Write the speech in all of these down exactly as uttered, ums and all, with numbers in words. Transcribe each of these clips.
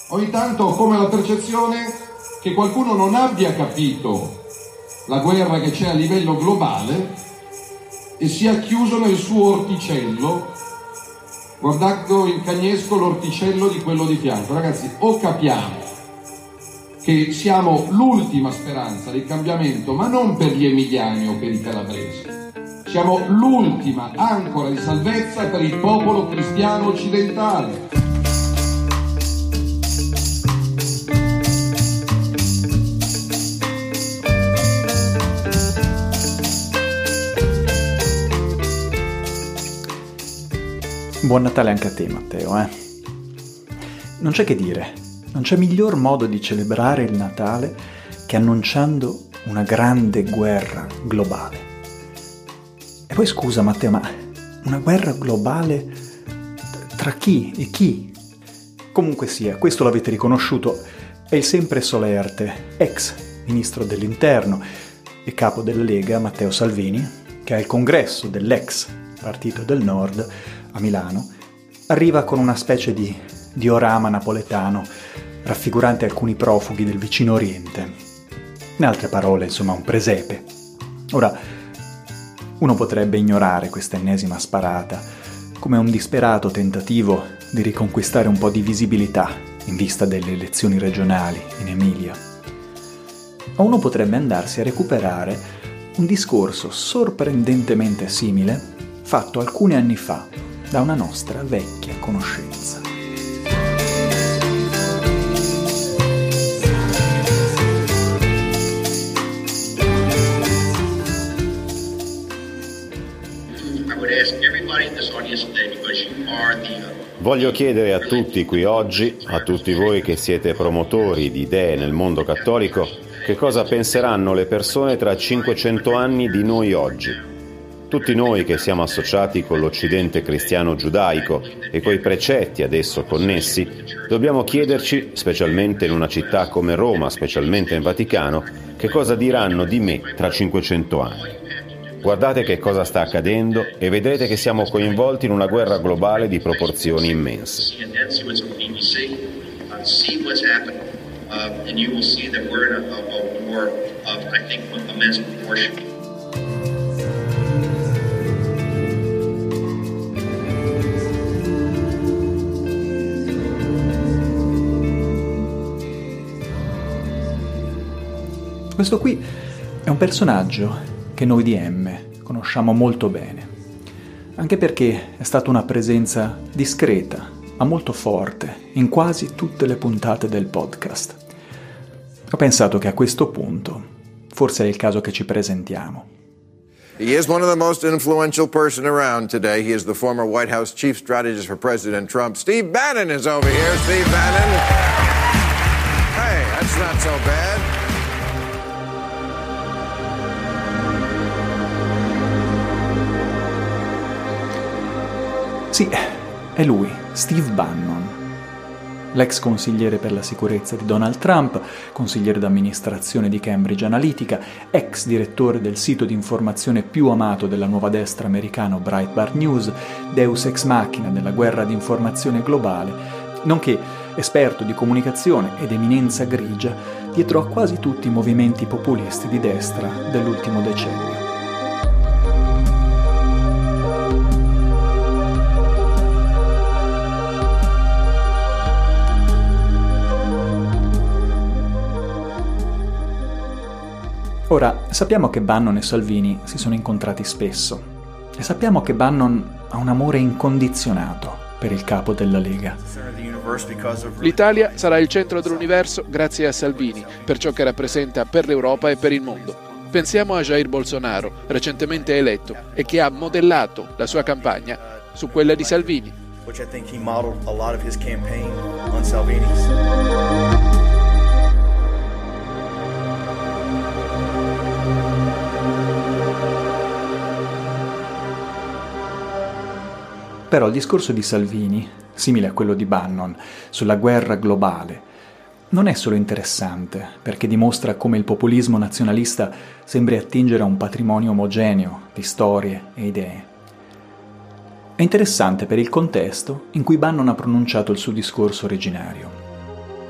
Ogni tanto ho come la percezione che qualcuno non abbia capito la guerra che c'è a livello globale e sia chiuso nel suo orticello, guardando in cagnesco l'orticello di quello di fianco. Ragazzi, o capiamo che siamo l'ultima speranza di cambiamento, ma non per gli emiliani o per i calabresi. Siamo l'ultima ancora di salvezza per il popolo cristiano occidentale. Buon Natale anche a te, Matteo, eh? Non c'è che dire, non c'è miglior modo di celebrare il Natale che annunciando una grande guerra globale. E poi scusa, Matteo, ma una guerra globale tra chi e chi? Comunque sia, questo l'avete riconosciuto, è il sempre solerte ex ministro dell'Interno e capo della Lega, Matteo Salvini, che al congresso dell'ex Partito del Nord a Milano, arriva con una specie di diorama napoletano raffigurante alcuni profughi del vicino Oriente. In altre parole, insomma, un presepe. Ora, uno potrebbe ignorare questa ennesima sparata come un disperato tentativo di riconquistare un po' di visibilità in vista delle elezioni regionali in Emilia. O uno potrebbe andarsi a recuperare un discorso sorprendentemente simile fatto alcuni anni fa da una nostra vecchia conoscenza. Voglio chiedere a tutti qui oggi, a tutti voi che siete promotori di idee nel mondo cattolico, che cosa penseranno le persone tra cinquecento anni di noi oggi. Tutti noi che siamo associati con l'Occidente cristiano-giudaico e coi precetti ad esso connessi, dobbiamo chiederci, specialmente in una città come Roma, specialmente in Vaticano, che cosa diranno di me tra cinquecento anni. Guardate che cosa sta accadendo e vedrete che siamo coinvolti in una guerra globale di proporzioni immense. Questo qui è un personaggio che noi di M conosciamo molto bene, anche perché è stata una presenza discreta, ma molto forte, in quasi tutte le puntate del podcast. Ho pensato che a questo punto forse è il caso che ci presentiamo. He is one of the most influential person around today. He is the former White House chief strategist for President Trump. Steve Bannon is over here. Steve Bannon. Hey, that's not so bad. Sì, è lui, Steve Bannon, l'ex consigliere per la sicurezza di Donald Trump, consigliere d'amministrazione di Cambridge Analytica, ex direttore del sito di informazione più amato della nuova destra americano Breitbart News, deus ex machina della guerra di informazione globale, nonché esperto di comunicazione ed eminenza grigia dietro a quasi tutti i movimenti populisti di destra dell'ultimo decennio. Ora, sappiamo che Bannon e Salvini si sono incontrati spesso e sappiamo che Bannon ha un amore incondizionato per il capo della Lega. L'Italia sarà il centro dell'universo grazie a Salvini, per ciò che rappresenta per l'Europa e per il mondo. Pensiamo a Jair Bolsonaro, recentemente eletto, e che ha modellato la sua campagna su quella di Salvini. Which I think he modeled a lot of his campaign on Salvini's. Però il discorso di Salvini, simile a quello di Bannon, sulla guerra globale, non è solo interessante perché dimostra come il populismo nazionalista sembri attingere a un patrimonio omogeneo di storie e idee. È interessante per il contesto in cui Bannon ha pronunciato il suo discorso originario.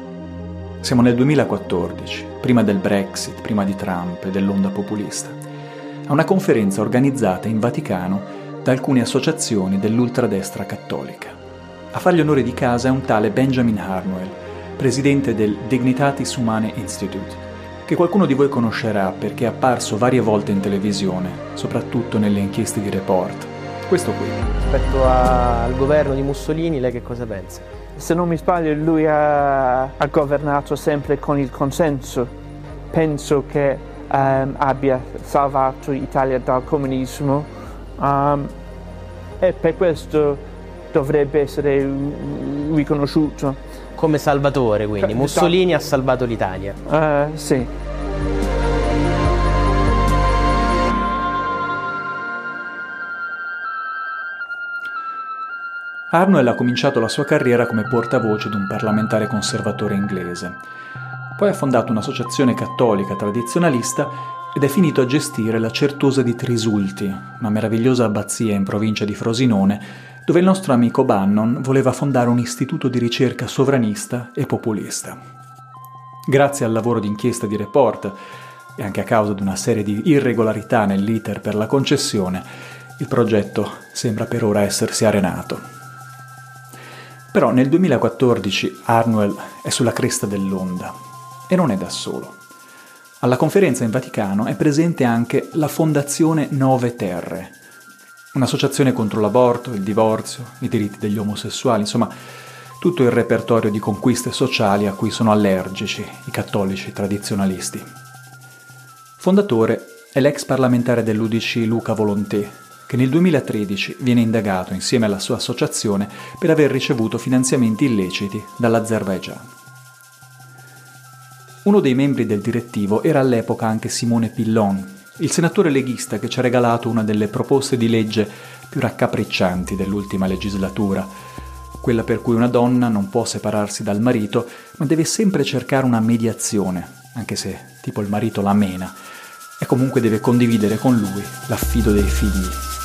Siamo nel duemilaquattordici, prima del Brexit, prima di Trump e dell'onda populista, a una conferenza organizzata in Vaticano da alcune associazioni dell'ultradestra cattolica. A fargli onore di casa è un tale Benjamin Harnwell, presidente del Dignitatis Humanae Institute, che qualcuno di voi conoscerà perché è apparso varie volte in televisione, soprattutto nelle inchieste di Report. Questo qui. Rispetto a, al governo di Mussolini, lei che cosa pensa? Se non mi sbaglio, lui ha, ha governato sempre con il consenso. Penso che um, abbia salvato l'Italia dal comunismo um, e per questo dovrebbe essere riconosciuto. Come salvatore, quindi. Mussolini ha salvato l'Italia. Uh, sì. Harnwell ha cominciato la sua carriera come portavoce di un parlamentare conservatore inglese. Poi ha fondato un'associazione cattolica tradizionalista ed è finito a gestire la Certosa di Trisulti, una meravigliosa abbazia in provincia di Frosinone, dove il nostro amico Bannon voleva fondare un istituto di ricerca sovranista e populista. Grazie al lavoro d'inchiesta di Report e anche a causa di una serie di irregolarità nell'iter per la concessione, il progetto sembra per ora essersi arenato. Però nel duemilaquattordici Harnwell è sulla cresta dell'onda e non è da solo. Alla conferenza in Vaticano è presente anche la Fondazione Nove Terre, un'associazione contro l'aborto, il divorzio, i diritti degli omosessuali, insomma tutto il repertorio di conquiste sociali a cui sono allergici i cattolici tradizionalisti. Fondatore è l'ex parlamentare dell'U D C Luca Volonté, che nel duemilatredici viene indagato insieme alla sua associazione per aver ricevuto finanziamenti illeciti dall'Azerbaigian. Uno dei membri del direttivo era all'epoca anche Simone Pillon, il senatore leghista che ci ha regalato una delle proposte di legge più raccapriccianti dell'ultima legislatura, quella per cui una donna non può separarsi dal marito, ma deve sempre cercare una mediazione, anche se tipo il marito la mena, e comunque deve condividere con lui l'affido dei figli.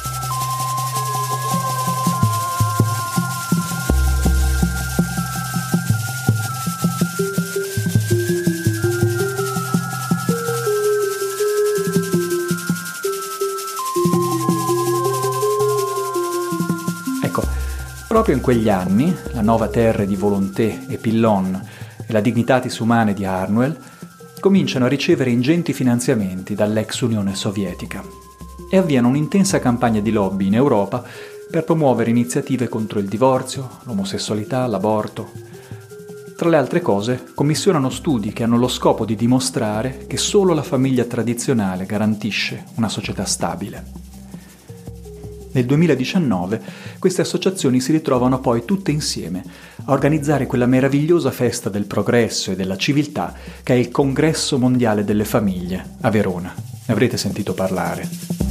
Proprio in quegli anni, la Nova Terre di Volonté e Pillon e la Dignitatis Humanae di Harnwell cominciano a ricevere ingenti finanziamenti dall'ex Unione Sovietica e avviano un'intensa campagna di lobby in Europa per promuovere iniziative contro il divorzio, l'omosessualità, l'aborto. Tra le altre cose, commissionano studi che hanno lo scopo di dimostrare che solo la famiglia tradizionale garantisce una società stabile. Nel duemiladiciannove queste associazioni si ritrovano poi tutte insieme a organizzare quella meravigliosa festa del progresso e della civiltà che è il Congresso Mondiale delle Famiglie a Verona. Ne avrete sentito parlare.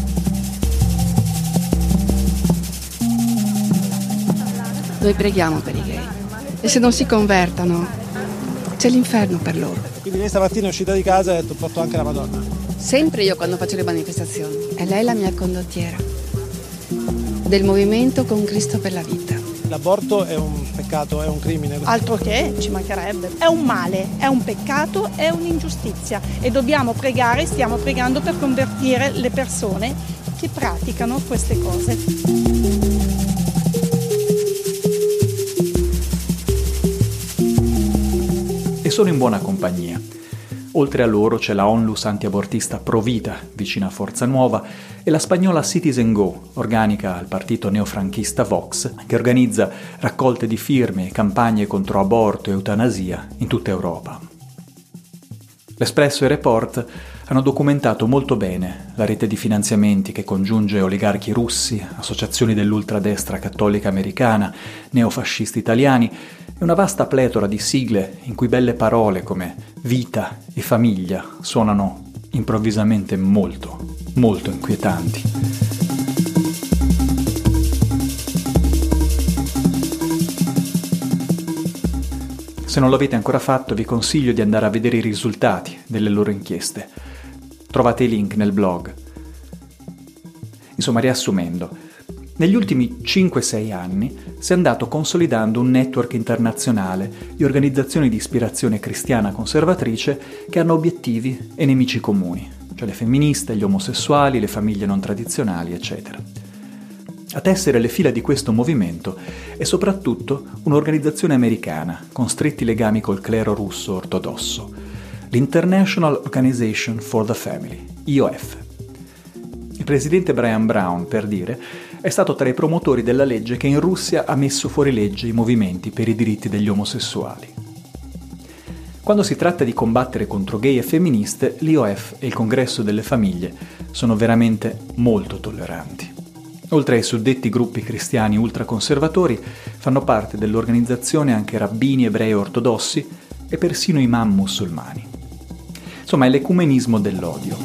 Noi preghiamo per i gay e se non si convertano c'è l'inferno per loro. Quindi lei stamattina è uscita di casa e ha detto porto anche la Madonna. Sempre io quando faccio le manifestazioni e lei è la mia condottiera del movimento Con Cristo per la vita. L'aborto è un peccato, è un crimine. Altro che, ci mancherebbe. È un male, è un peccato, è un'ingiustizia e dobbiamo pregare, stiamo pregando per convertire le persone che praticano queste cose. E sono in buona compagnia. Oltre a loro c'è la Onlus antiabortista Provita, vicina a Forza Nuova, e la spagnola Citizen Go, organica al partito neofranchista Vox, che organizza raccolte di firme e campagne contro aborto e eutanasia in tutta Europa. L'Espresso e Report hanno documentato molto bene la rete di finanziamenti che congiunge oligarchi russi, associazioni dell'ultradestra cattolica americana, neofascisti italiani e una vasta pletora di sigle in cui belle parole come vita e famiglia suonano improvvisamente molto, molto inquietanti. Se non l'avete ancora fatto, vi consiglio di andare a vedere i risultati delle loro inchieste. Trovate i link nel blog. Insomma, riassumendo, Negli ultimi cinque sei anni si è andato consolidando un network internazionale di organizzazioni di ispirazione cristiana conservatrice che hanno obiettivi e nemici comuni, cioè le femministe, gli omosessuali, le famiglie non tradizionali, eccetera. A tessere le fila di questo movimento è soprattutto un'organizzazione americana con stretti legami col clero russo ortodosso, l'International Organization for the Family, I O F. Il presidente Brian Brown, per dire, è stato tra i promotori della legge che in Russia ha messo fuori legge i movimenti per i diritti degli omosessuali. Quando si tratta di combattere contro gay e femministe, l'I O F e il Congresso delle Famiglie sono veramente molto tolleranti. Oltre ai suddetti gruppi cristiani ultraconservatori, fanno parte dell'organizzazione anche rabbini ebrei ortodossi e persino imam musulmani. Insomma, è l'ecumenismo dell'odio.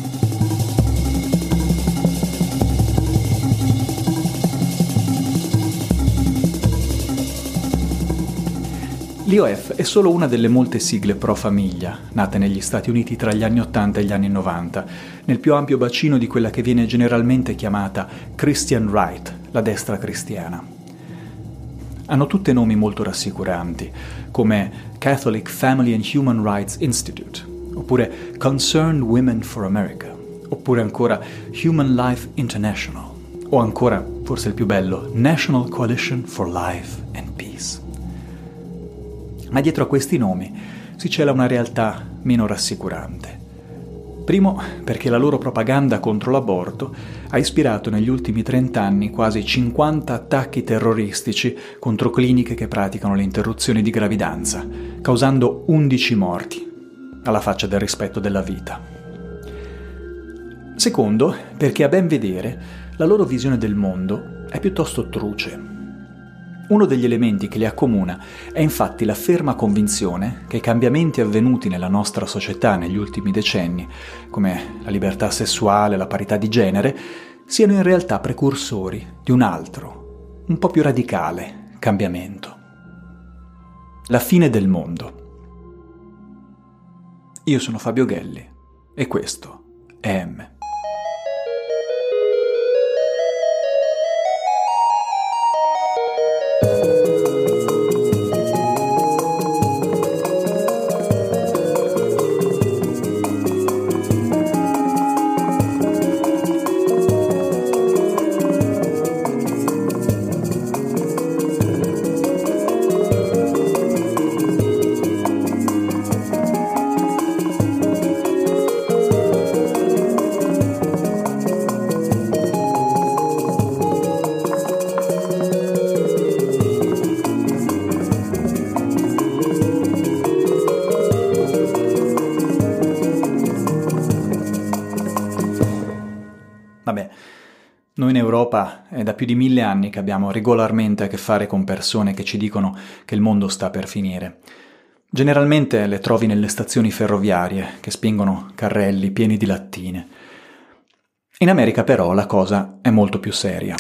L'I O F è solo una delle molte sigle pro-famiglia, nate negli Stati Uniti tra gli anni ottanta e gli anni novanta, nel più ampio bacino di quella che viene generalmente chiamata Christian Right, la destra cristiana. Hanno tutte nomi molto rassicuranti, come Catholic Family and Human Rights Institute, oppure Concerned Women for America, oppure ancora Human Life International, o ancora, forse il più bello, National Coalition for Life and Peace. Ma dietro a questi nomi si cela una realtà meno rassicurante. Primo, perché la loro propaganda contro l'aborto ha ispirato negli ultimi trent'anni quasi cinquanta attacchi terroristici contro cliniche che praticano le interruzioni di gravidanza, causando undici morti, alla faccia del rispetto della vita. Secondo, perché a ben vedere la loro visione del mondo è piuttosto truce. Uno degli elementi che li accomuna è infatti la ferma convinzione che i cambiamenti avvenuti nella nostra società negli ultimi decenni, come la libertà sessuale, la parità di genere, siano in realtà precursori di un altro, un po' più radicale, cambiamento. La fine del mondo. Io sono Fabio Ghelli e questo è M. Noi in Europa è da più di mille anni che abbiamo regolarmente a che fare con persone che ci dicono che il mondo sta per finire. Generalmente le trovi nelle stazioni ferroviarie che spingono carrelli pieni di lattine. In America però la cosa è molto più seria.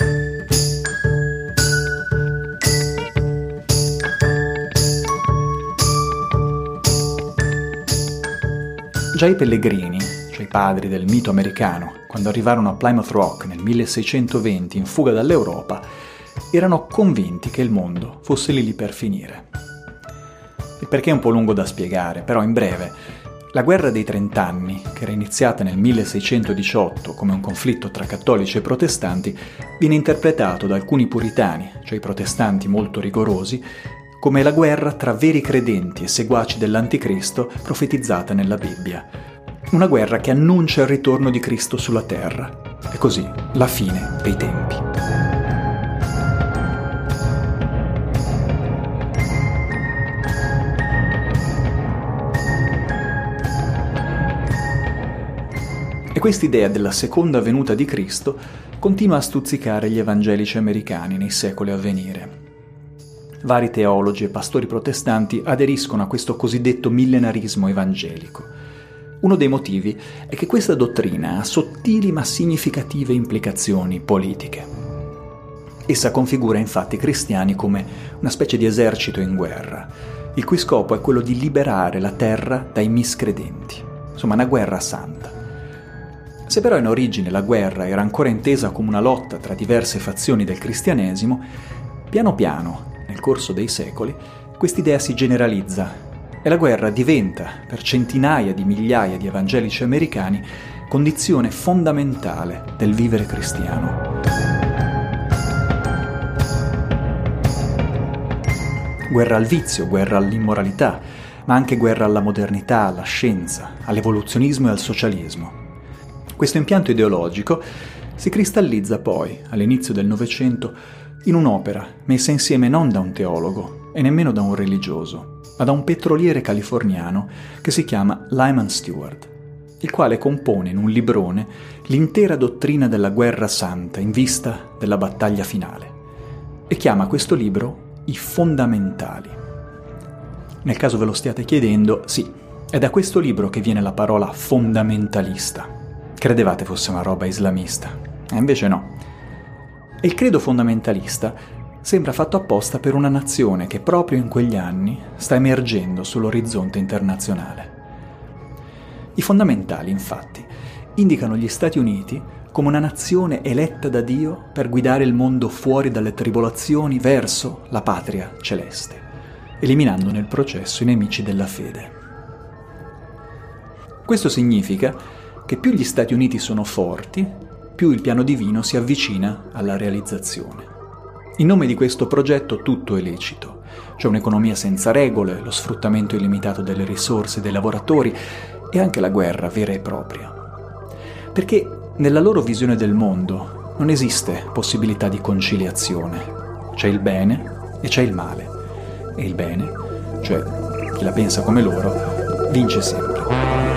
Già i pellegrini, cioè i padri del mito americano, quando arrivarono a Plymouth Rock nel milleseicentoventi in fuga dall'Europa, erano convinti che il mondo fosse lì lì per finire. Il perché è un po' lungo da spiegare, però in breve, la guerra dei trent'anni, che era iniziata nel milleseicentodiciotto come un conflitto tra cattolici e protestanti, viene interpretato da alcuni puritani, cioè i protestanti molto rigorosi, come la guerra tra veri credenti e seguaci dell'Anticristo profetizzata nella Bibbia. Una guerra che annuncia il ritorno di Cristo sulla terra. E così la fine dei tempi. E quest'idea della seconda venuta di Cristo continua a stuzzicare gli evangelici americani nei secoli a venire. Vari teologi e pastori protestanti aderiscono a questo cosiddetto millenarismo evangelico. Uno dei motivi è che questa dottrina ha sottili ma significative implicazioni politiche. Essa configura infatti i cristiani come una specie di esercito in guerra, il cui scopo è quello di liberare la terra dai miscredenti. Insomma, una guerra santa. Se però in origine la guerra era ancora intesa come una lotta tra diverse fazioni del cristianesimo, piano piano, nel corso dei secoli, quest'idea si generalizza e la guerra diventa, per centinaia di migliaia di evangelici americani, condizione fondamentale del vivere cristiano. Guerra al vizio, guerra all'immoralità, ma anche guerra alla modernità, alla scienza, all'evoluzionismo e al socialismo. Questo impianto ideologico si cristallizza poi, all'inizio del Novecento, in un'opera messa insieme non da un teologo e nemmeno da un religioso, ma da un petroliere californiano che si chiama Lyman Stewart, il quale compone in un librone l'intera dottrina della guerra santa in vista della battaglia finale e chiama questo libro I Fondamentali. Nel caso ve lo stiate chiedendo, sì, è da questo libro che viene la parola fondamentalista. Credevate fosse una roba islamista, e invece no. E il credo fondamentalista sembra fatto apposta per una nazione che proprio in quegli anni sta emergendo sull'orizzonte internazionale. I fondamentali, infatti, indicano gli Stati Uniti come una nazione eletta da Dio per guidare il mondo fuori dalle tribolazioni verso la patria celeste, eliminando nel processo i nemici della fede. Questo significa che più gli Stati Uniti sono forti, più il piano divino si avvicina alla realizzazione. In nome di questo progetto tutto è lecito. C'è un'economia senza regole, lo sfruttamento illimitato delle risorse dei lavoratori e anche la guerra vera e propria. Perché nella loro visione del mondo non esiste possibilità di conciliazione. C'è il bene e c'è il male. E il bene, cioè chi la pensa come loro, vince sempre.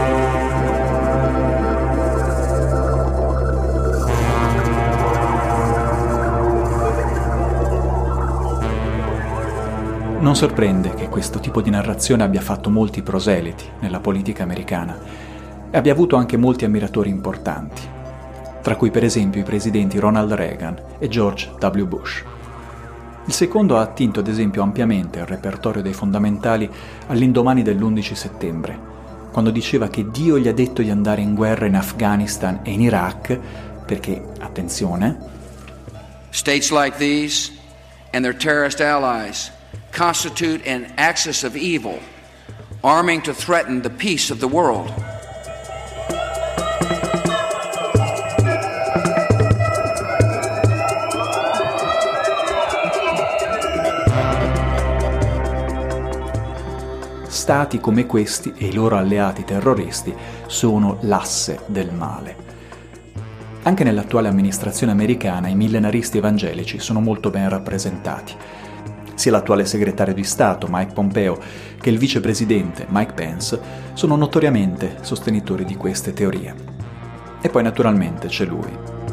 Non sorprende che questo tipo di narrazione abbia fatto molti proseliti nella politica americana e abbia avuto anche molti ammiratori importanti, tra cui per esempio i presidenti Ronald Reagan e George W. Bush. Il secondo ha attinto ad esempio ampiamente il repertorio dei fondamentali all'indomani dell'undici settembre, quando diceva che Dio gli ha detto di andare in guerra in Afghanistan e in Iraq perché, attenzione, States like these and their terrorist allies constitute an axis of evil, arming to threaten the peace of the world. Stati come questi e i loro alleati terroristi sono l'asse del male. Anche nell'attuale amministrazione americana i millenaristi evangelici sono molto ben rappresentati. Sia l'attuale segretario di Stato, Mike Pompeo, che il vicepresidente, Mike Pence, sono notoriamente sostenitori di queste teorie. E poi naturalmente c'è lui.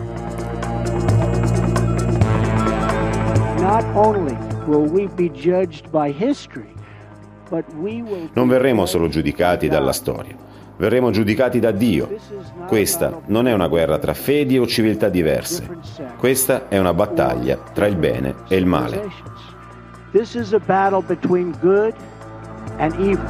Non verremo solo giudicati dalla storia, verremo giudicati da Dio. Questa non è una guerra tra fedi o civiltà diverse. Questa è una battaglia tra il bene e il male. This is a battle between good and evil.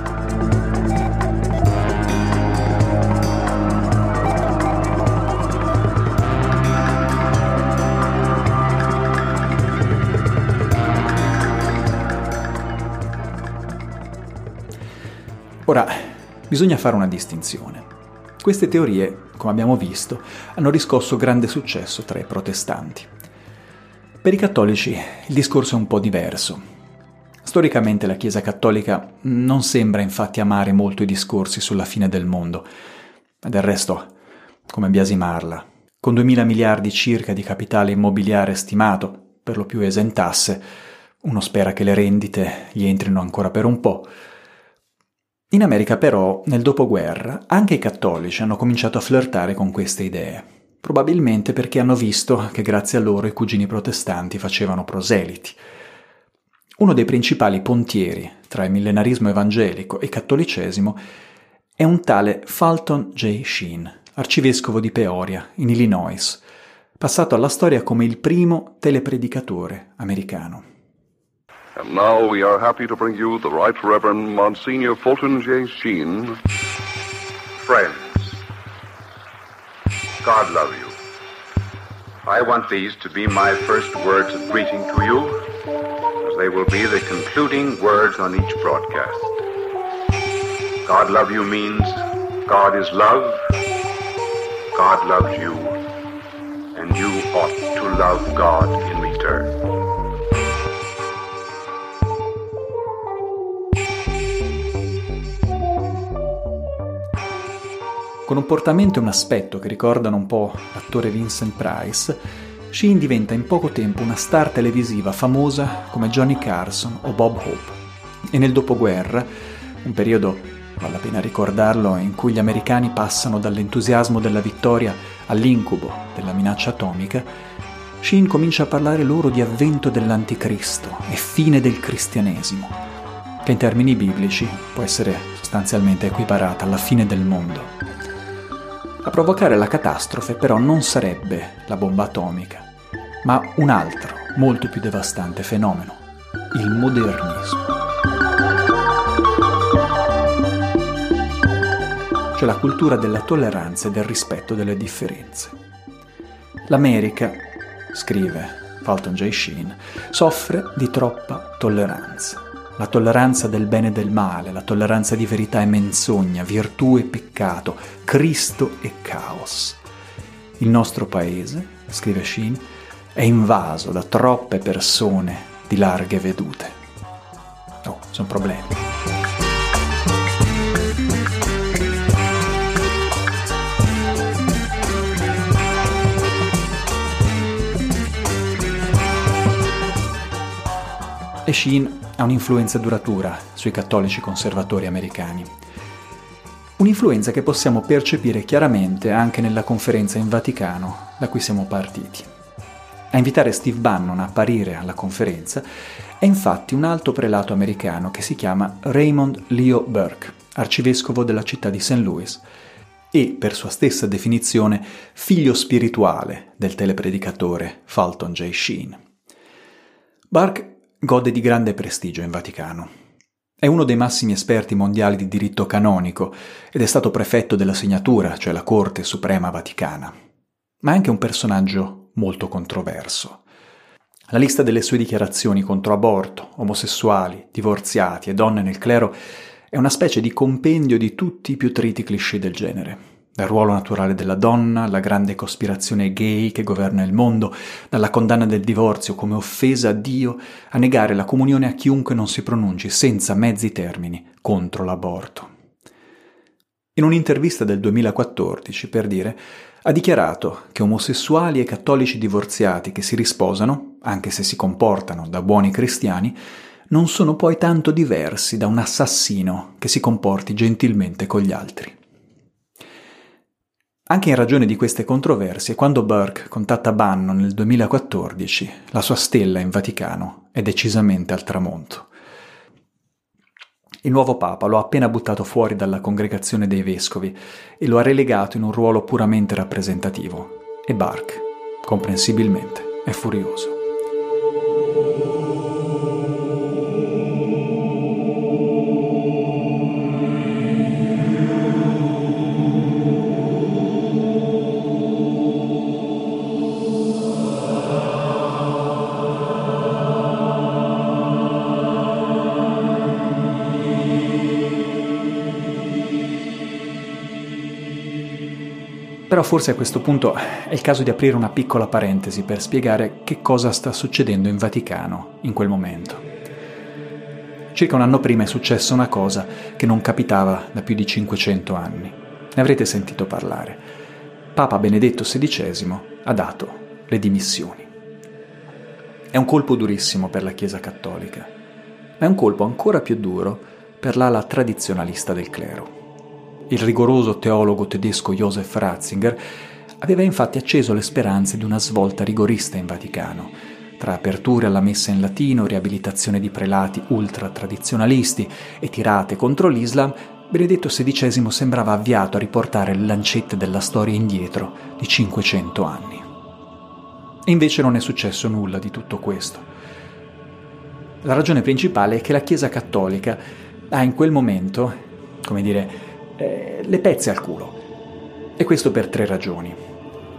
Ora, bisogna fare una distinzione. Queste teorie, come abbiamo visto, hanno riscosso grande successo tra i protestanti. Per i cattolici il discorso è un po' diverso. Storicamente la Chiesa cattolica non sembra infatti amare molto i discorsi sulla fine del mondo. Ma del resto, come biasimarla? Con duemila miliardi circa di capitale immobiliare stimato, per lo più esentasse, uno spera che le rendite gli entrino ancora per un po'. In America però, nel dopoguerra, anche i cattolici hanno cominciato a flirtare con queste idee. Probabilmente perché hanno visto che grazie a loro i cugini protestanti facevano proseliti. Uno dei principali pontieri tra il millenarismo evangelico e il cattolicesimo è un tale Fulton J. Sheen, arcivescovo di Peoria, in Illinois, passato alla storia come il primo telepredicatore americano. And now we are happy to bring you the Right Reverend Monsignor Fulton J. Sheen. Friends. God love you. I want these to be my first words of greeting to you, as they will be the concluding words on each broadcast. God love you means God is love, God loves you, and you ought to love God in return. Con un portamento e un aspetto che ricordano un po' l'attore Vincent Price, Sheen diventa in poco tempo una star televisiva famosa come Johnny Carson o Bob Hope. E nel dopoguerra, un periodo, vale la pena ricordarlo, in cui gli americani passano dall'entusiasmo della vittoria all'incubo della minaccia atomica, Sheen comincia a parlare loro di avvento dell'anticristo e fine del cristianesimo, che in termini biblici può essere sostanzialmente equiparata alla fine del mondo. A provocare la catastrofe però non sarebbe la bomba atomica, ma un altro, molto più devastante fenomeno, il modernismo. Cioè la cultura della tolleranza e del rispetto delle differenze. L'America, scrive Fulton J. Sheen, soffre di troppa tolleranza. La tolleranza del bene e del male, la tolleranza di verità e menzogna, virtù e peccato, Cristo e caos. Il nostro paese, scrive Sheen, è invaso da troppe persone di larghe vedute. Oh, sono problemi. E Sheen ha un'influenza duratura sui cattolici conservatori americani. Un'influenza che possiamo percepire chiaramente anche nella conferenza in Vaticano da cui siamo partiti. A invitare Steve Bannon a apparire alla conferenza è infatti un alto prelato americano che si chiama Raymond Leo Burke, arcivescovo della città di Saint Louis, e, per sua stessa definizione, figlio spirituale del telepredicatore Fulton J. Sheen. Burke gode di grande prestigio in Vaticano. È uno dei massimi esperti mondiali di diritto canonico ed è stato prefetto della Segnatura, cioè la Corte Suprema Vaticana. Ma è anche un personaggio molto controverso. La lista delle sue dichiarazioni contro aborto, omosessuali, divorziati e donne nel clero è una specie di compendio di tutti i più triti cliché del genere. Dal ruolo naturale della donna, alla grande cospirazione gay che governa il mondo, dalla condanna del divorzio come offesa a Dio, a negare la comunione a chiunque non si pronunci senza mezzi termini contro l'aborto. In un'intervista del duemilaquattordici, per dire, ha dichiarato che omosessuali e cattolici divorziati che si risposano, anche se si comportano da buoni cristiani, non sono poi tanto diversi da un assassino che si comporti gentilmente con gli altri. Anche in ragione di queste controversie, quando Burke contatta Bannon nel duemilaquattordici, la sua stella in Vaticano è decisamente al tramonto. Il nuovo Papa lo ha appena buttato fuori dalla congregazione dei vescovi e lo ha relegato in un ruolo puramente rappresentativo. E Burke, comprensibilmente, è furioso. Però forse a questo punto è il caso di aprire una piccola parentesi per spiegare che cosa sta succedendo in Vaticano in quel momento. Circa un anno prima è successa una cosa che non capitava da più di cinquecento anni. Ne avrete sentito parlare. Papa Benedetto sedicesimo ha dato le dimissioni. È un colpo durissimo per la Chiesa cattolica, ma è un colpo ancora più duro per l'ala tradizionalista del clero. Il rigoroso teologo tedesco Joseph Ratzinger aveva infatti acceso le speranze di una svolta rigorista in Vaticano, tra aperture alla messa in latino, riabilitazione di prelati ultra-tradizionalisti e tirate contro l'Islam. Benedetto sedicesimo sembrava avviato a riportare le lancette della storia indietro di cinquecento anni. E invece non è successo nulla di tutto questo. La ragione principale è che la Chiesa cattolica ha in quel momento, come dire, le pezze al culo. E questo per tre ragioni.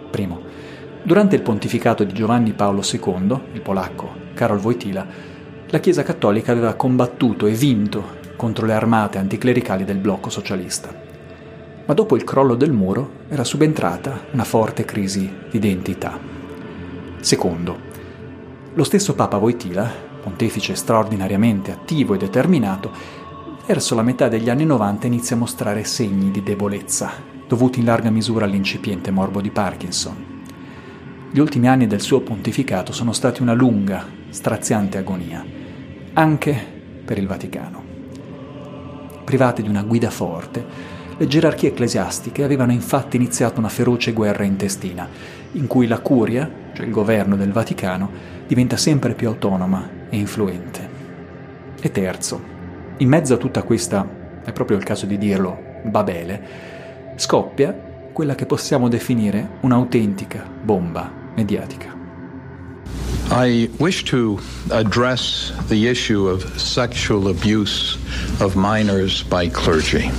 Primo, durante il pontificato di Giovanni Paolo secondo, il polacco Karol Wojtyła, la Chiesa cattolica aveva combattuto e vinto contro le armate anticlericali del blocco socialista. Ma dopo il crollo del muro era subentrata una forte crisi di identità. Secondo, lo stesso Papa Wojtyła, pontefice straordinariamente attivo e determinato, verso la metà degli anni novanta inizia a mostrare segni di debolezza, dovuti in larga misura all'incipiente morbo di Parkinson. Gli ultimi anni del suo pontificato sono stati una lunga, straziante agonia, anche per il Vaticano. Private di una guida forte, le gerarchie ecclesiastiche avevano infatti iniziato una feroce guerra intestina, in cui la curia, cioè il governo del Vaticano, diventa sempre più autonoma e influente. E terzo, in mezzo a tutta questa, è proprio il caso di dirlo, Babele, scoppia quella che possiamo definire un'autentica bomba mediatica. I wish to address the issue of sexual abuse of minors by clergy.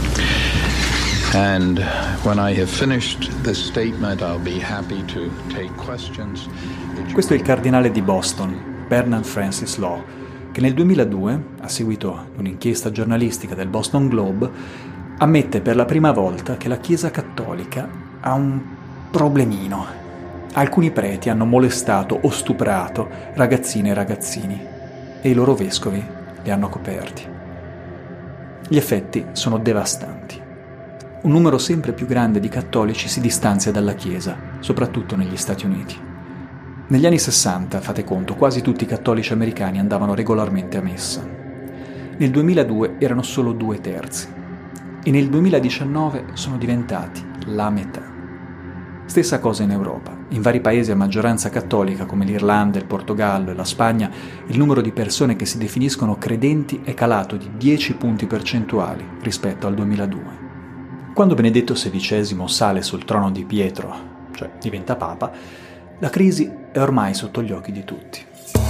And when I have finished this statement, I'll be happy to take questions. Questo è il cardinale di Boston, Bernard Francis Law, che nel duemiladue, a seguito di un'inchiesta giornalistica del Boston Globe, ammette per la prima volta che la Chiesa cattolica ha un problemino. Alcuni preti hanno molestato o stuprato ragazzine e ragazzini e i loro vescovi li hanno coperti. Gli effetti sono devastanti. Un numero sempre più grande di cattolici si distanzia dalla Chiesa, soprattutto negli Stati Uniti. Negli anni sessanta, fate conto, quasi tutti i cattolici americani andavano regolarmente a messa. Nel duemiladue erano solo due terzi e nel duemiladiciannove sono diventati la metà. Stessa cosa in Europa. In vari paesi a maggioranza cattolica come l'Irlanda, il Portogallo e la Spagna, il numero di persone che si definiscono credenti è calato di dieci punti percentuali rispetto al duemiladue. Quando Benedetto sedicesimo sale sul trono di Pietro, cioè diventa Papa, la crisi è ormai sotto gli occhi di tutti.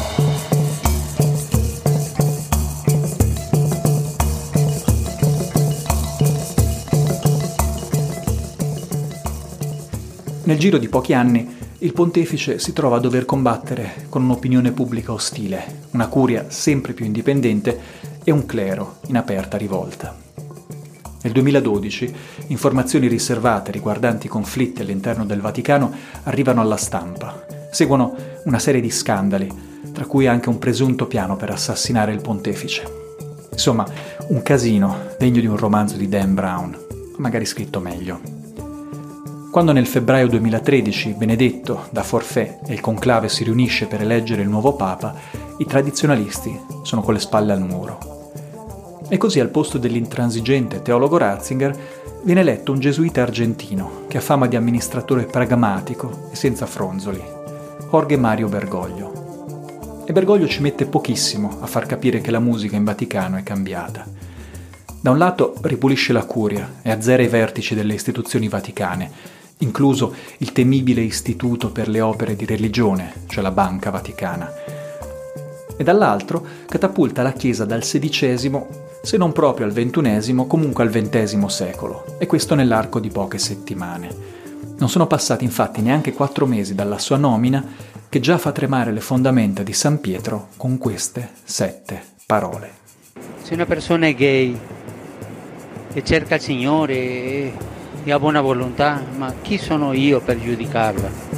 Nel giro di pochi anni il pontefice si trova a dover combattere con un'opinione pubblica ostile, una curia sempre più indipendente e un clero in aperta rivolta. Nel duemiladodici informazioni riservate riguardanti i conflitti all'interno del Vaticano arrivano alla stampa. Seguono una serie di scandali, tra cui anche un presunto piano per assassinare il pontefice. Insomma, un casino degno di un romanzo di Dan Brown, magari scritto meglio. Quando nel febbraio duemilatredici Benedetto, da forfè, e il conclave si riunisce per eleggere il nuovo Papa, i tradizionalisti sono con le spalle al muro. E così al posto dell'intransigente teologo Ratzinger viene eletto un gesuita argentino che ha fama di amministratore pragmatico e senza fronzoli, Jorge Mario Bergoglio. E Bergoglio ci mette pochissimo a far capire che la musica in Vaticano è cambiata. Da un lato ripulisce la curia e azzera i vertici delle istituzioni vaticane, incluso il temibile Istituto per le opere di religione, cioè la Banca Vaticana. E dall'altro catapulta la Chiesa dal sedicesimo, se non proprio al ventunesimo, comunque al ventesimo secolo, e questo nell'arco di poche settimane. Non sono passati infatti neanche quattro mesi dalla sua nomina che già fa tremare le fondamenta di San Pietro con queste sette parole. Se una persona è gay e cerca il Signore e, e ha buona volontà, ma chi sono io per giudicarla?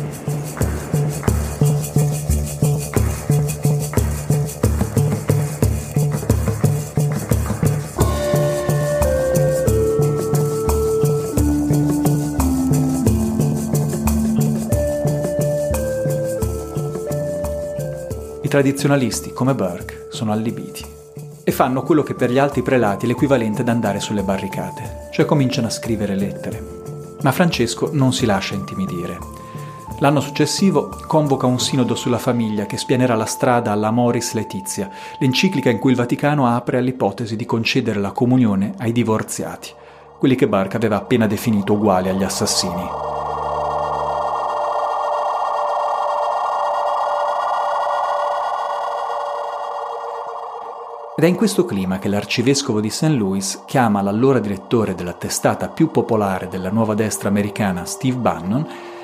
I tradizionalisti, come Burke, sono allibiti e fanno quello che per gli altri prelati è l'equivalente ad andare sulle barricate, cioè cominciano a scrivere lettere. Ma Francesco non si lascia intimidire. L'anno successivo convoca un sinodo sulla famiglia che spianerà la strada alla Amoris Laetitia, l'enciclica in cui il Vaticano apre all'ipotesi di concedere la comunione ai divorziati, quelli che Burke aveva appena definito uguali agli assassini. Ed è in questo clima che l'arcivescovo di Saint Louis chiama l'allora direttore della testata più popolare della nuova destra americana, Steve Bannon,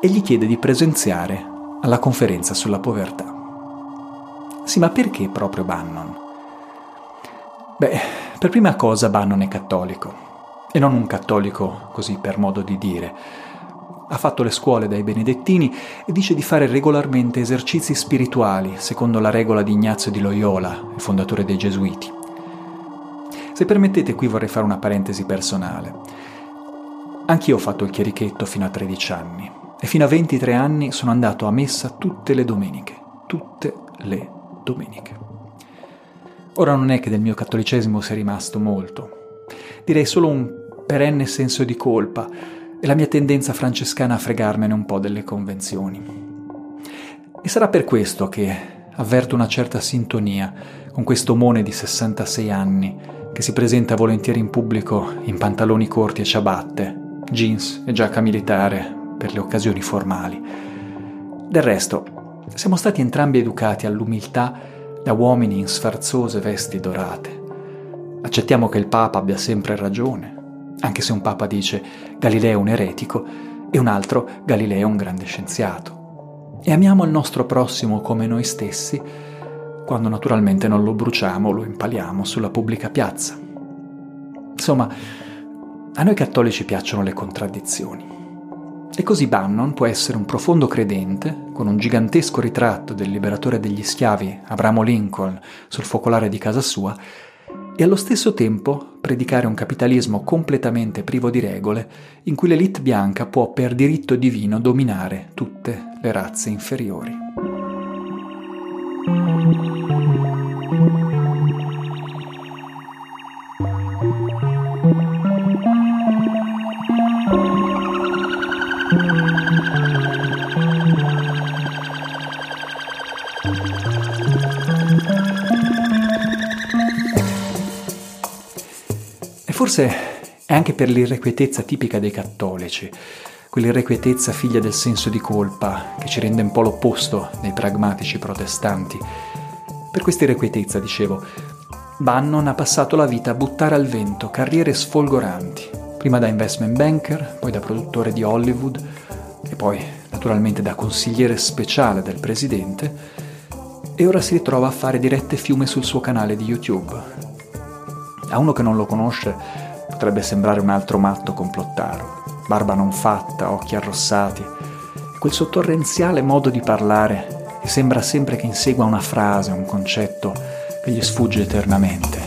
e gli chiede di presenziare alla conferenza sulla povertà. Sì, ma perché proprio Bannon? Beh, per prima cosa Bannon è cattolico, e non un cattolico così per modo di dire. Ha fatto le scuole dai benedettini e dice di fare regolarmente esercizi spirituali, secondo la regola di Ignazio di Loyola, il fondatore dei Gesuiti. Se permettete, qui vorrei fare una parentesi personale. Anch'io ho fatto il chierichetto fino a tredici anni e fino a ventitré anni sono andato a messa tutte le domeniche, tutte le domeniche. Ora non è che del mio cattolicesimo sia rimasto molto, direi solo un perenne senso di colpa e la mia tendenza francescana a fregarmene un po' delle convenzioni. E sarà per questo che avverto una certa sintonia con questo omone di sessantasei anni che si presenta volentieri in pubblico in pantaloni corti e ciabatte, jeans e giacca militare per le occasioni formali. Del resto, siamo stati entrambi educati all'umiltà da uomini in sfarzose vesti dorate. Accettiamo che il Papa abbia sempre ragione, anche se un Papa dice Galileo è un eretico e un altro Galileo è un grande scienziato. E amiamo il nostro prossimo come noi stessi, quando naturalmente non lo bruciamo o lo impaliamo sulla pubblica piazza. Insomma, a noi cattolici piacciono le contraddizioni. E così Bannon può essere un profondo credente, con un gigantesco ritratto del liberatore degli schiavi Abramo Lincoln sul focolare di casa sua, e allo stesso tempo predicare un capitalismo completamente privo di regole, in cui l'élite bianca può per diritto divino dominare tutte le razze inferiori. Forse è anche per l'irrequietezza tipica dei cattolici, quell'irrequietezza figlia del senso di colpa che ci rende un po' l'opposto dei pragmatici protestanti. Per questa irrequietezza, dicevo, Bannon ha passato la vita a buttare al vento carriere sfolgoranti, prima da investment banker, poi da produttore di Hollywood e poi naturalmente da consigliere speciale del presidente, e ora si ritrova a fare dirette fiume sul suo canale di YouTube. A uno che non lo conosce potrebbe sembrare un altro matto complottaro, barba non fatta, occhi arrossati, quel sottorrenziale modo di parlare che sembra sempre che insegua una frase, un concetto che gli sfugge eternamente.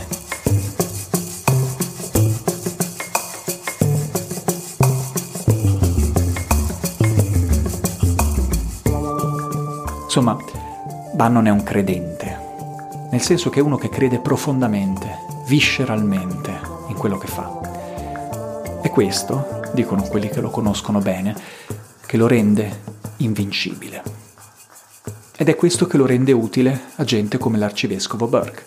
Insomma, Bannon è un credente, nel senso che è uno che crede profondamente, visceralmente in quello che fa. E questo, dicono quelli che lo conoscono bene, che lo rende invincibile. Ed è questo che lo rende utile a gente come l'arcivescovo Burke.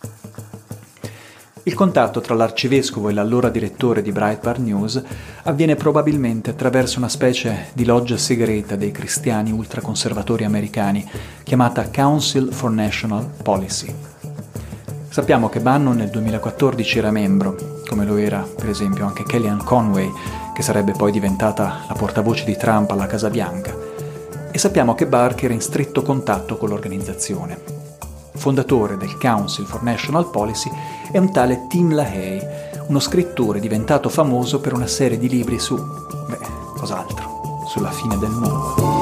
Il contatto tra l'arcivescovo e l'allora direttore di Breitbart News avviene probabilmente attraverso una specie di loggia segreta dei cristiani ultraconservatori americani chiamata Council for National Policy. Sappiamo che Bannon nel duemilaquattordici era membro, come lo era per esempio anche Kellyanne Conway, che sarebbe poi diventata la portavoce di Trump alla Casa Bianca, e sappiamo che Burke era in stretto contatto con l'organizzazione. Fondatore del Council for National Policy è un tale Tim LaHaye, uno scrittore diventato famoso per una serie di libri su, beh, cos'altro, sulla fine del mondo.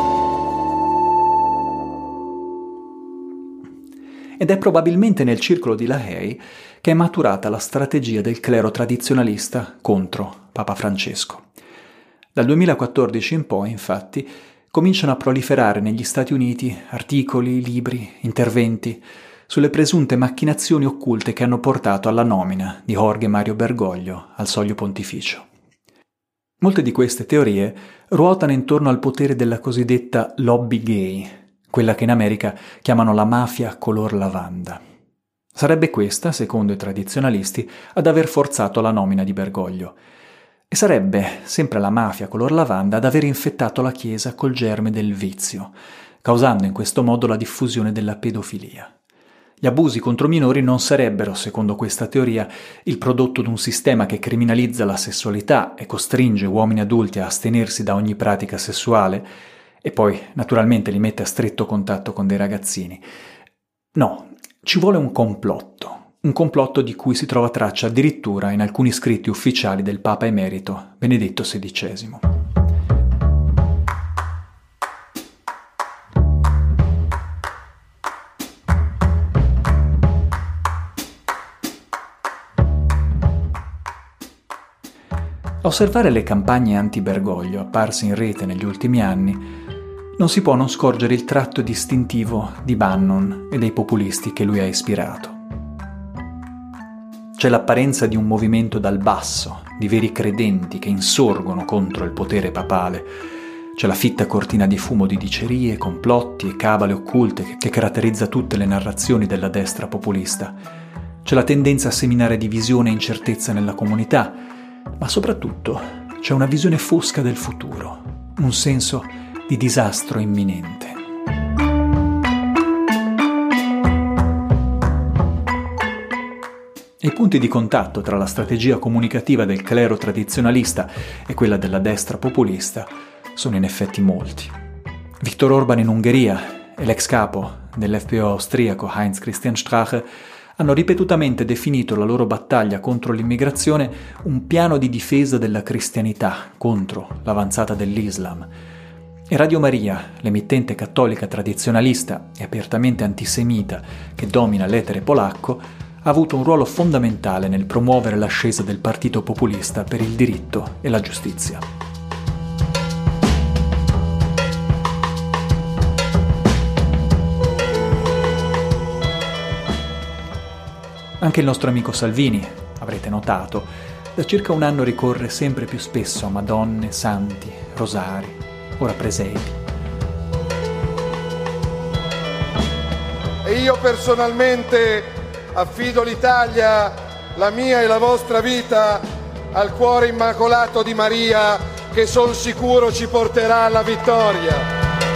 Ed è probabilmente nel circolo di LaHaye che è maturata la strategia del clero tradizionalista contro Papa Francesco. Dal duemilaquattordici in poi, infatti, cominciano a proliferare negli Stati Uniti articoli, libri, interventi sulle presunte macchinazioni occulte che hanno portato alla nomina di Jorge Mario Bergoglio al soglio pontificio. Molte di queste teorie ruotano intorno al potere della cosiddetta lobby gay, quella che in America chiamano la mafia color lavanda. Sarebbe questa, secondo i tradizionalisti, ad aver forzato la nomina di Bergoglio. E sarebbe sempre la mafia color lavanda ad aver infettato la Chiesa col germe del vizio, causando in questo modo la diffusione della pedofilia. Gli abusi contro minori non sarebbero, secondo questa teoria, il prodotto di un sistema che criminalizza la sessualità e costringe uomini adulti a astenersi da ogni pratica sessuale e poi, naturalmente, li mette a stretto contatto con dei ragazzini. No, ci vuole un complotto, un complotto di cui si trova traccia addirittura in alcuni scritti ufficiali del Papa Emerito Benedetto sedicesimo. A osservare le campagne anti-Bergoglio apparse in rete negli ultimi anni, non si può non scorgere il tratto distintivo di Bannon e dei populisti che lui ha ispirato. C'è l'apparenza di un movimento dal basso, di veri credenti che insorgono contro il potere papale. C'è la fitta cortina di fumo di dicerie, complotti e cabale occulte che caratterizza tutte le narrazioni della destra populista. C'è la tendenza a seminare divisione e incertezza nella comunità, ma soprattutto c'è una visione fosca del futuro, un senso di disastro imminente. I punti di contatto tra la strategia comunicativa del clero tradizionalista e quella della destra populista sono in effetti molti. Viktor Orban in Ungheria e l'ex capo dell'F P O austriaco Heinz Christian Strache hanno ripetutamente definito la loro battaglia contro l'immigrazione un piano di difesa della cristianità contro l'avanzata dell'Islam. E Radio Maria, l'emittente cattolica tradizionalista e apertamente antisemita che domina l'etere polacco, ha avuto un ruolo fondamentale nel promuovere l'ascesa del Partito Populista per il diritto e la giustizia. Anche il nostro amico Salvini, avrete notato, da circa un anno ricorre sempre più spesso a madonne, santi, rosari, ora presepi. E io personalmente affido l'Italia, la mia e la vostra vita, al cuore immacolato di Maria, che son sicuro ci porterà alla vittoria.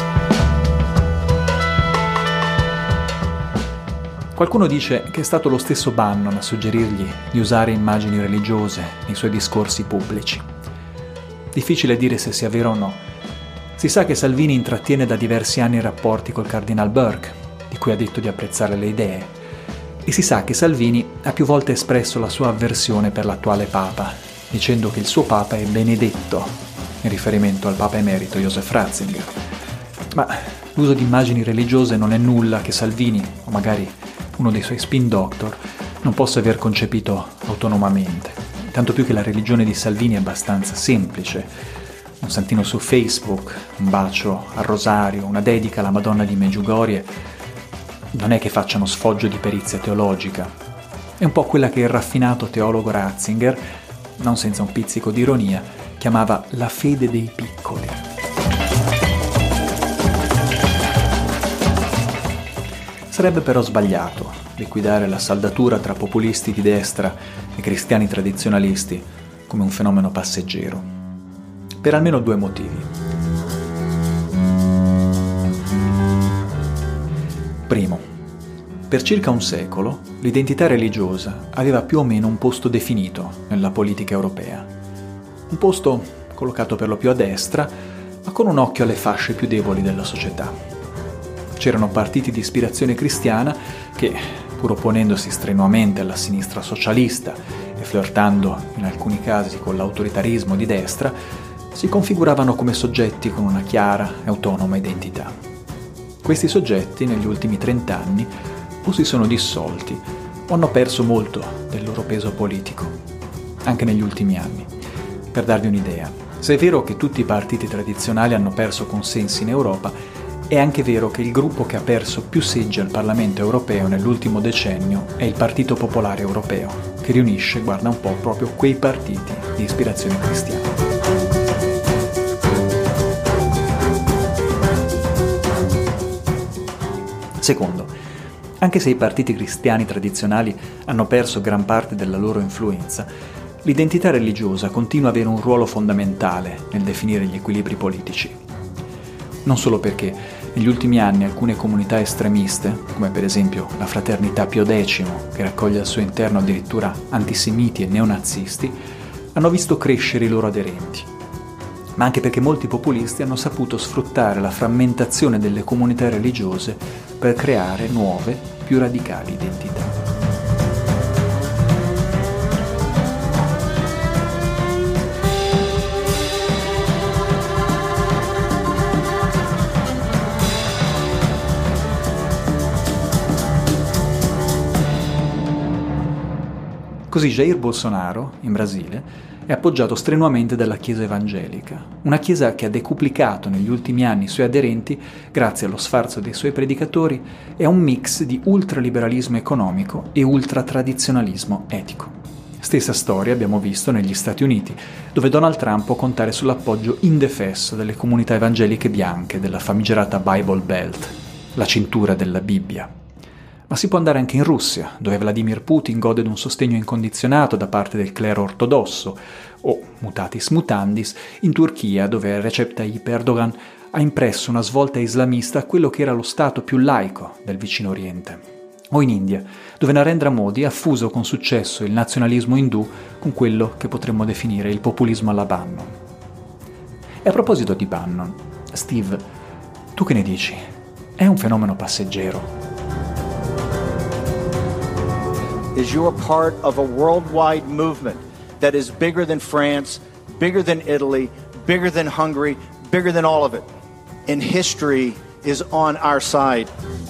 Qualcuno dice che è stato lo stesso Bannon a suggerirgli di usare immagini religiose nei suoi discorsi pubblici. Difficile dire se sia vero o no. Si sa che Salvini intrattiene da diversi anni rapporti col Cardinal Burke, di cui ha detto di apprezzare le idee, e si sa che Salvini ha più volte espresso la sua avversione per l'attuale Papa, dicendo che il suo Papa è Benedetto, in riferimento al Papa Emerito Josef Ratzinger. Ma l'uso di immagini religiose non è nulla che Salvini, o magari uno dei suoi spin doctor, non possa aver concepito autonomamente. Tanto più che la religione di Salvini è abbastanza semplice. Un santino su Facebook, un bacio al rosario, una dedica alla Madonna di Medjugorje, non è che facciano sfoggio di perizia teologica. È un po' quella che il raffinato teologo Ratzinger, non senza un pizzico di ironia, chiamava la fede dei piccoli. Sarebbe però sbagliato liquidare la saldatura tra populisti di destra e cristiani tradizionalisti come un fenomeno passeggero, per almeno due motivi. Primo, per circa un secolo l'identità religiosa aveva più o meno un posto definito nella politica europea. Un posto collocato per lo più a destra, ma con un occhio alle fasce più deboli della società. C'erano partiti di ispirazione cristiana che, pur opponendosi strenuamente alla sinistra socialista e flirtando in alcuni casi con l'autoritarismo di destra, si configuravano come soggetti con una chiara e autonoma identità. Questi soggetti, negli ultimi trent'anni, o si sono dissolti o hanno perso molto del loro peso politico, anche negli ultimi anni. Per darvi un'idea, se è vero che tutti i partiti tradizionali hanno perso consensi in Europa, è anche vero che il gruppo che ha perso più seggi al Parlamento europeo nell'ultimo decennio è il Partito Popolare Europeo, che riunisce, guarda un po', proprio quei partiti di ispirazione cristiana. Secondo, anche se i partiti cristiani tradizionali hanno perso gran parte della loro influenza, l'identità religiosa continua a avere un ruolo fondamentale nel definire gli equilibri politici. Non solo perché Negli ultimi anni alcune comunità estremiste, come per esempio la Fraternità Pio Decimo, che raccoglie al suo interno addirittura antisemiti e neonazisti, hanno visto crescere i loro aderenti, ma anche perché molti populisti hanno saputo sfruttare la frammentazione delle comunità religiose per creare nuove, più radicali identità. Così Jair Bolsonaro, in Brasile, è appoggiato strenuamente dalla Chiesa evangelica, una Chiesa che ha decuplicato negli ultimi anni i suoi aderenti grazie allo sfarzo dei suoi predicatori e a un mix di ultraliberalismo economico e ultratradizionalismo etico. Stessa storia abbiamo visto negli Stati Uniti, dove Donald Trump può contare sull'appoggio indefesso delle comunità evangeliche bianche della famigerata Bible Belt, la cintura della Bibbia. Ma si può andare anche in Russia, dove Vladimir Putin gode di un sostegno incondizionato da parte del clero ortodosso, o, mutatis mutandis, in Turchia, dove Recep Tayyip Erdogan ha impresso una svolta islamista a quello che era lo stato più laico del vicino Oriente. O in India, dove Narendra Modi ha fuso con successo il nazionalismo indù con quello che potremmo definire il populismo alla Bannon. E a proposito di Bannon, Steve, tu che ne dici? È un fenomeno passeggero? Is you are part of a worldwide movement that is bigger than France, bigger than Italy, bigger than Hungary, bigger than all of it. And history is on our side.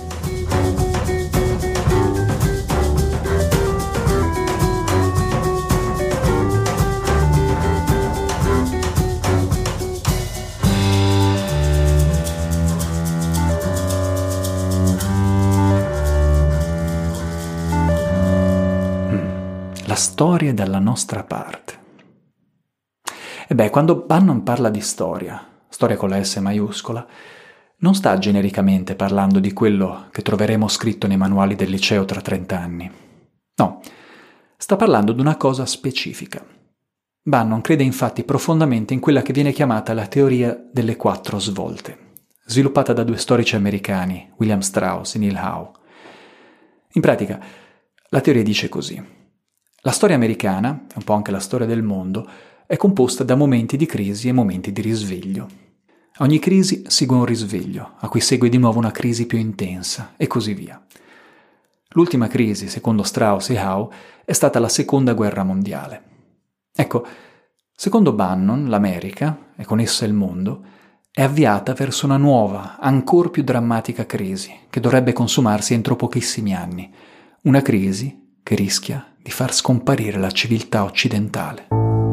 La storia è dalla nostra parte. E beh, quando Bannon parla di storia, storia con la S maiuscola, non sta genericamente parlando di quello che troveremo scritto nei manuali del liceo tra trent'anni. No, sta parlando di una cosa specifica. Bannon crede infatti profondamente in quella che viene chiamata la teoria delle quattro svolte, sviluppata da due storici americani, William Strauss e Neil Howe. In pratica, la teoria dice così. La storia americana, e un po' anche la storia del mondo, è composta da momenti di crisi e momenti di risveglio. A ogni crisi segue un risveglio, a cui segue di nuovo una crisi più intensa, e così via. L'ultima crisi, secondo Strauss e Howe, è stata la Seconda Guerra Mondiale. Ecco, secondo Bannon, l'America, e con essa il mondo, è avviata verso una nuova, ancor più drammatica crisi, che dovrebbe consumarsi entro pochissimi anni. Una crisi che rischia di far scomparire la civiltà occidentale.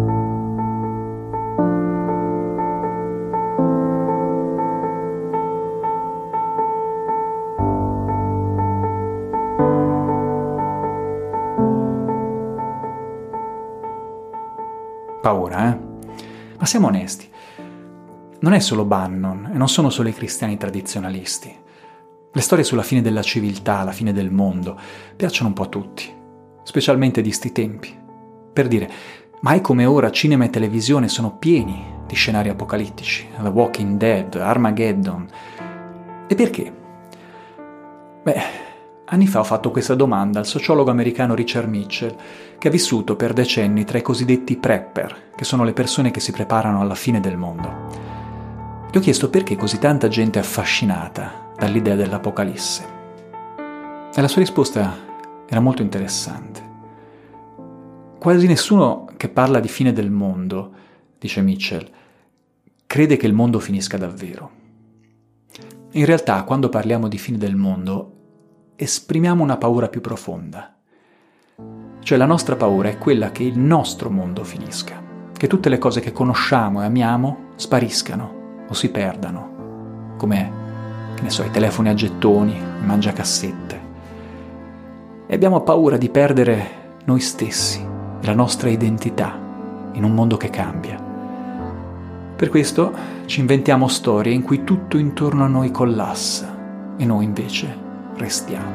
Paura, eh? Ma siamo onesti. Non è solo Bannon e non sono solo i cristiani tradizionalisti. Le storie sulla fine della civiltà, la fine del mondo, piacciono un po' a tutti. Specialmente di sti tempi. Per dire, mai come ora cinema e televisione sono pieni di scenari apocalittici, The Walking Dead, Armageddon. E perché? Beh, anni fa ho fatto questa domanda al sociologo americano Richard Mitchell, che ha vissuto per decenni tra i cosiddetti prepper, che sono le persone che si preparano alla fine del mondo. Gli ho chiesto perché così tanta gente è affascinata dall'idea dell'apocalisse. E la sua risposta era molto interessante. Quasi nessuno che parla di fine del mondo, dice Mitchell, crede che il mondo finisca davvero. In realtà, quando parliamo di fine del mondo, esprimiamo una paura più profonda. Cioè la nostra paura è quella che il nostro mondo finisca, che tutte le cose che conosciamo e amiamo spariscano o si perdano, come, che ne so, i telefoni a gettoni, i mangiacassette. E abbiamo paura di perdere noi stessi, la nostra identità, in un mondo che cambia. Per questo ci inventiamo storie in cui tutto intorno a noi collassa e noi invece restiamo.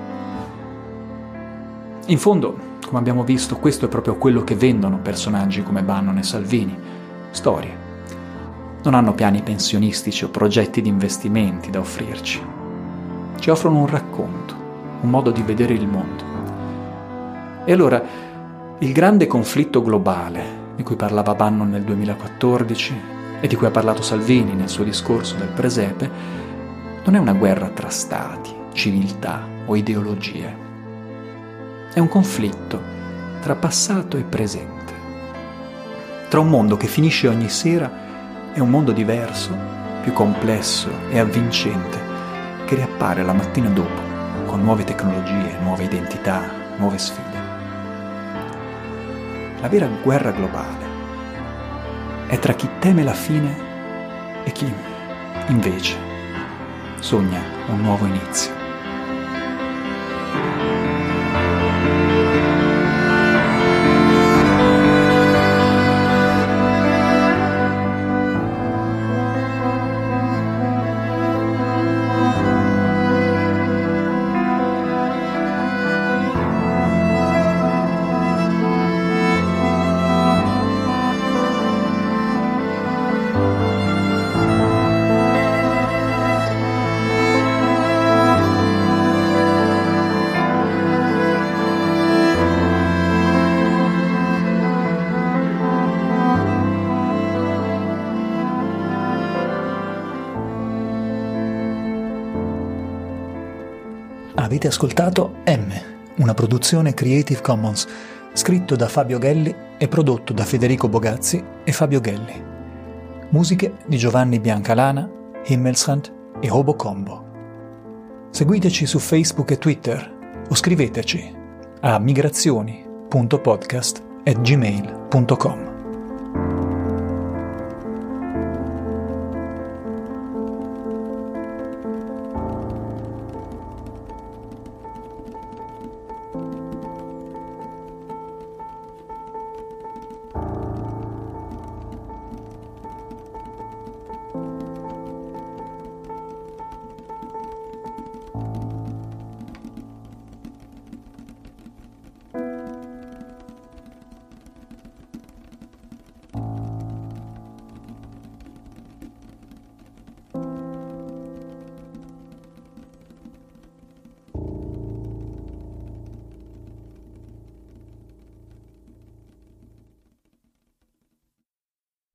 In fondo, come abbiamo visto, questo è proprio quello che vendono personaggi come Bannon e Salvini, storie. Non hanno piani pensionistici o progetti di investimenti da offrirci. Ci offrono un racconto, un modo di vedere il mondo. E allora, il grande conflitto globale di cui parlava Bannon nel duemilaquattordici e di cui ha parlato Salvini nel suo discorso del presepe, non è una guerra tra stati, civiltà o ideologie. È un conflitto tra passato e presente, tra un mondo che finisce ogni sera e un mondo diverso, più complesso e avvincente, che riappare la mattina dopo con nuove tecnologie, nuove identità, nuove sfide. La vera guerra globale è tra chi teme la fine e chi, invece, sogna un nuovo inizio. Avete ascoltato M, una produzione Creative Commons, scritto da Fabio Gelli e prodotto da Federico Bogazzi e Fabio Gelli. Musiche di Giovanni Biancalana, Himmelsrand e Hobo Combo. Seguiteci su Facebook e Twitter o scriveteci a migrazioni punto podcast chiocciola gmail punto com.